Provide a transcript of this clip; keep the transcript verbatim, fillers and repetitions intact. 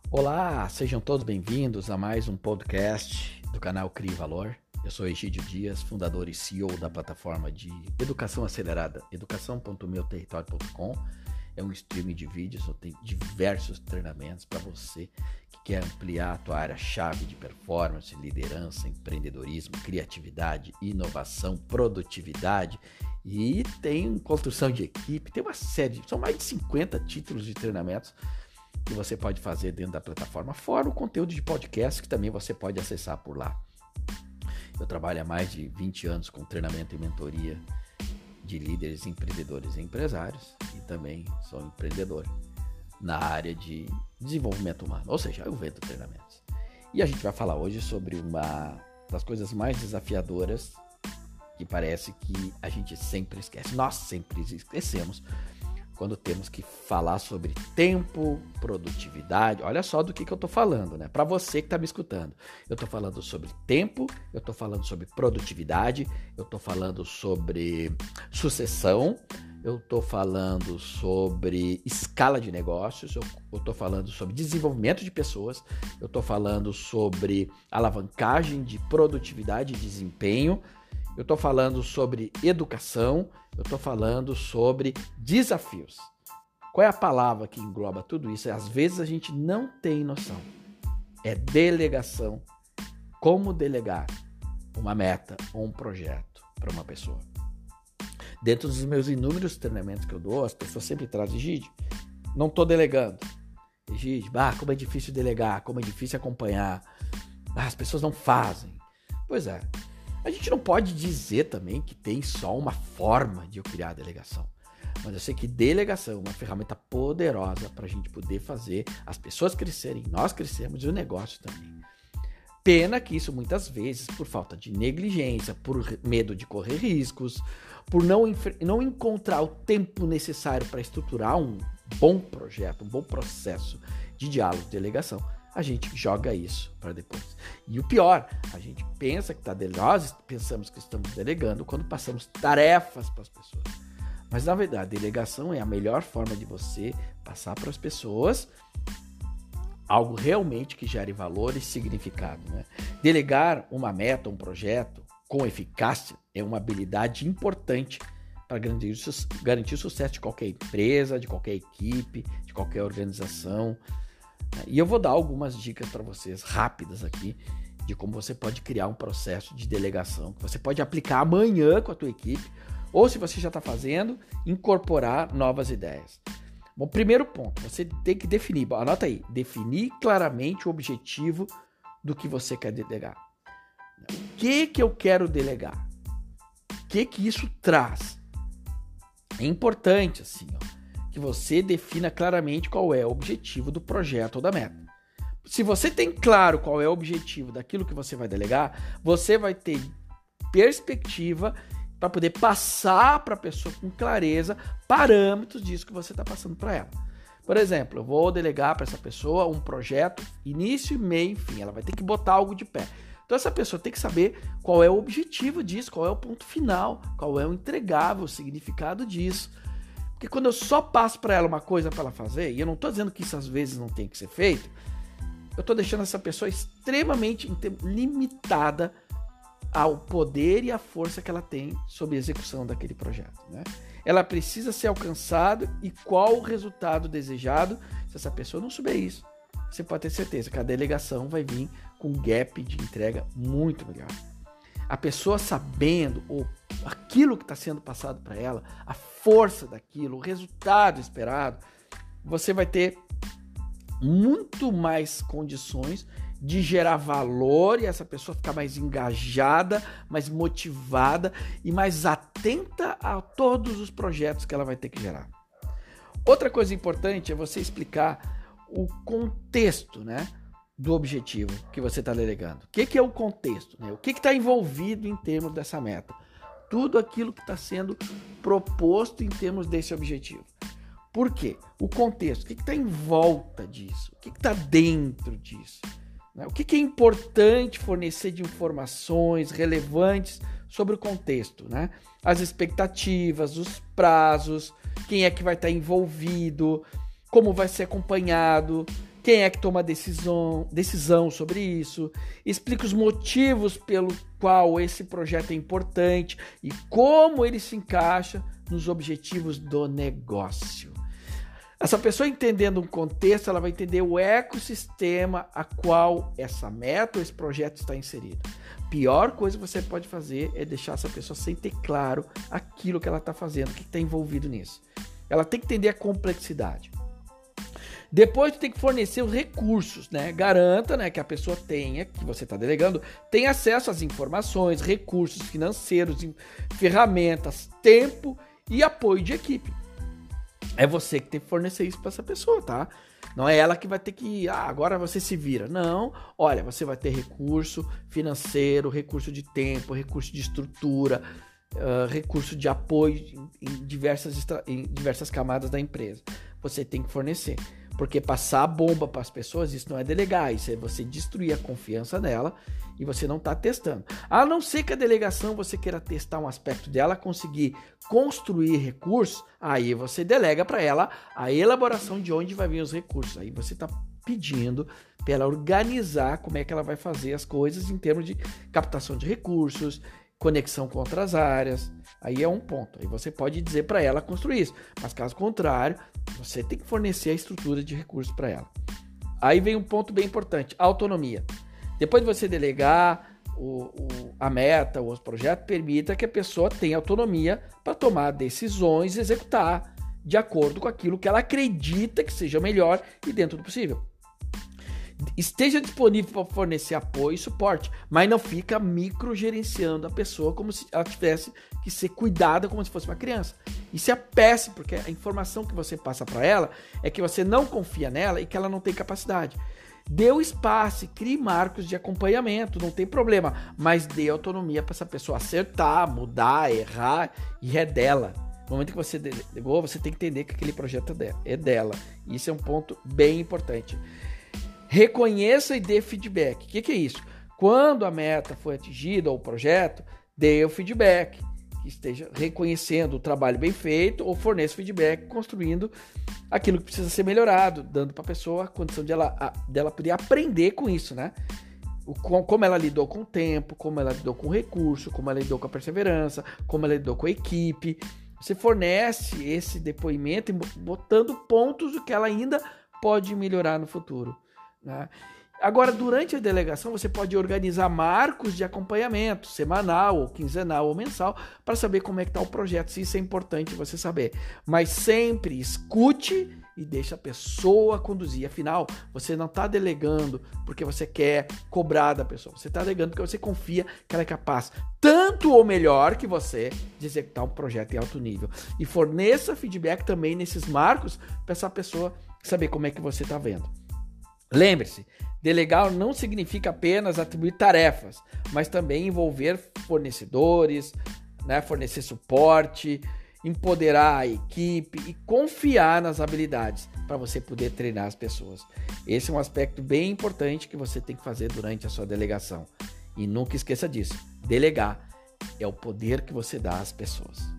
Olá, sejam todos bem-vindos a mais um podcast do canal Crie Valor. Eu sou Egídio Dias, fundador e C E O da plataforma de educação acelerada educação ponto meu território ponto com. É um streaming de vídeos, eu tenho diversos treinamentos para você que quer ampliar a tua área-chave de performance, liderança, empreendedorismo, criatividade, inovação, produtividade e tem construção de equipe, tem uma série, são mais de cinquenta títulos de treinamentos que você pode fazer dentro da plataforma, fora o conteúdo de podcast que também você pode acessar por lá. Eu trabalho há mais de vinte anos com treinamento e mentoria de líderes, empreendedores e empresários e também sou empreendedor na área de desenvolvimento humano, ou seja, eu vendo treinamentos. E a gente vai falar hoje sobre uma das coisas mais desafiadoras que parece que a gente sempre esquece, nós sempre esquecemos, quando temos que falar sobre tempo, produtividade. Olha só do que, que eu estou falando, né? Para você que está me escutando. Eu estou falando sobre tempo, eu estou falando sobre produtividade, eu estou falando sobre sucessão, eu estou falando sobre escala de negócios, eu estou falando sobre desenvolvimento de pessoas, eu estou falando sobre alavancagem de produtividade e desempenho, eu estou falando sobre educação, eu estou falando sobre desafios. Qual é a palavra que engloba tudo isso? Às vezes a gente não tem noção. É delegação. Como delegar uma meta ou um projeto para uma pessoa. Dentro dos meus inúmeros treinamentos que eu dou, as pessoas sempre trazem, Egídio, não estou delegando. Egídio, ah, como é difícil delegar, como é difícil acompanhar. Ah, as pessoas não fazem. Pois é. A gente não pode dizer também que tem só uma forma de eu criar a delegação. Mas eu sei que delegação é uma ferramenta poderosa para a gente poder fazer as pessoas crescerem, nós crescermos e o negócio também. Pena que isso muitas vezes, por falta de negligência, por medo de correr riscos, por não, não encontrar o tempo necessário para estruturar um bom projeto, um bom processo de diálogo de delegação, a gente joga isso para depois. E o pior, a gente pensa que está delegando, nós pensamos que estamos delegando quando passamos tarefas para as pessoas. Mas na verdade, a delegação é a melhor forma de você passar para as pessoas algo realmente que gere valor e significado, né? Delegar uma meta, um projeto com eficácia é uma habilidade importante para garantir, garantir o sucesso de qualquer empresa, de qualquer equipe, de qualquer organização. E eu vou dar algumas dicas para vocês rápidas aqui de como você pode criar um processo de delegação que você pode aplicar amanhã com a tua equipe ou, se você já está fazendo, incorporar novas ideias. Bom, primeiro ponto, você tem que definir, anota aí, definir claramente o objetivo do que você quer delegar. O que que eu quero delegar? O que que isso traz? É importante assim, ó, que você defina claramente qual é o objetivo do projeto ou da meta. Se você tem claro qual é o objetivo daquilo que você vai delegar, você vai ter perspectiva para poder passar para a pessoa com clareza parâmetros disso que você está passando para ela. Por exemplo, eu vou delegar para essa pessoa um projeto, início, meio, fim. Ela vai ter que botar algo de pé. Então essa pessoa tem que saber qual é o objetivo disso, qual é o ponto final, qual é o entregável, o significado disso. Porque quando eu só passo para ela uma coisa para ela fazer, e eu não estou dizendo que isso às vezes não tem que ser feito, eu estou deixando essa pessoa extremamente limitada ao poder e à força que ela tem sobre a execução daquele projeto, né? Ela precisa ser alcançada e qual o resultado desejado. Se essa pessoa não souber isso, você pode ter certeza que a delegação vai vir com um gap de entrega muito melhor. A pessoa sabendo ou aquilo que está sendo passado para ela, a força daquilo, o resultado esperado, você vai ter muito mais condições de gerar valor e essa pessoa ficar mais engajada, mais motivada e mais atenta a todos os projetos que ela vai ter que gerar. Outra coisa importante é você explicar o contexto, né, do objetivo que você está delegando. O que, que é o contexto? Né? O que está envolvido em termos dessa meta? Tudo aquilo que está sendo proposto em termos desse objetivo. Por quê? O contexto. O que está em volta disso? O que está dentro disso? Né? O que, que é importante fornecer de informações relevantes sobre o contexto? Né? As expectativas, os prazos, quem é que vai estar envolvido, como vai ser acompanhado, quem é que toma decisão, decisão sobre isso, explica os motivos pelo qual esse projeto é importante e como ele se encaixa nos objetivos do negócio. Essa pessoa entendendo um contexto, ela vai entender o ecossistema a qual essa meta ou esse projeto está inserido. Pior coisa que você pode fazer é deixar essa pessoa sem ter claro aquilo que ela está fazendo, o que está envolvido nisso. Ela tem que entender a complexidade. Depois tu tem que fornecer os recursos, né? Garanta, né, que a pessoa tenha, que você está delegando, tenha acesso às informações, recursos financeiros, ferramentas, tempo e apoio de equipe. É você que tem que fornecer isso para essa pessoa, tá? Não é ela que vai ter que, ah, agora você se vira. Não, olha, você vai ter recurso financeiro, recurso de tempo, recurso de estrutura, uh, recurso de apoio em, em, diversas, em diversas camadas da empresa. Você tem que fornecer. Porque passar a bomba para as pessoas, isso não é delegar, isso é você destruir a confiança nela e você não está testando. A não ser que a delegação você queira testar um aspecto dela, conseguir construir recursos, aí você delega para ela a elaboração de onde vai vir os recursos. Aí você está pedindo para ela organizar como é que ela vai fazer as coisas em termos de captação de recursos, conexão com outras áreas. Aí é um ponto. Aí você pode dizer para ela construir isso. Mas caso contrário, você tem que fornecer a estrutura de recursos para ela. Aí vem um ponto bem importante, autonomia. Depois de você delegar o, o, a meta ou os projetos, permita que a pessoa tenha autonomia para tomar decisões e executar de acordo com aquilo que ela acredita que seja melhor e dentro do possível. Esteja disponível para fornecer apoio e suporte, mas não fica microgerenciando a pessoa como se ela tivesse que ser cuidada como se fosse uma criança. Isso é péssimo, porque a informação que você passa para ela é que você não confia nela e que ela não tem capacidade. Dê o espaço, crie marcos de acompanhamento, não tem problema, mas dê autonomia para essa pessoa acertar, mudar, errar, e é dela. No momento que você delegou, você tem que entender que aquele projeto é dela. Isso é um ponto bem importante. Reconheça e dê feedback. O que, que é isso? Quando a meta foi atingida ou o projeto, dê o feedback. Que esteja reconhecendo o trabalho bem feito ou forneça feedback, construindo aquilo que precisa ser melhorado, dando para a pessoa a condição de ela, a, dela poder aprender com isso, né? O, como ela lidou com o tempo, como ela lidou com o recurso, como ela lidou com a perseverança, como ela lidou com a equipe. Você fornece esse depoimento botando pontos do que ela ainda pode melhorar no futuro. Né? Agora, durante a delegação, você pode organizar marcos de acompanhamento, semanal, ou quinzenal, ou mensal, para saber como é que está o projeto, se isso é importante você saber. Mas sempre escute e deixe a pessoa conduzir. Afinal, você não está delegando porque você quer cobrar da pessoa. Você está delegando porque você confia que ela é capaz, tanto ou melhor que você, de executar um projeto em alto nível. E forneça feedback também nesses marcos para essa pessoa saber como é que você está vendo. Lembre-se, delegar não significa apenas atribuir tarefas, mas também envolver fornecedores, né, fornecer suporte, empoderar a equipe e confiar nas habilidades para você poder treinar as pessoas. Esse é um aspecto bem importante que você tem que fazer durante a sua delegação. E nunca esqueça disso, delegar é o poder que você dá às pessoas.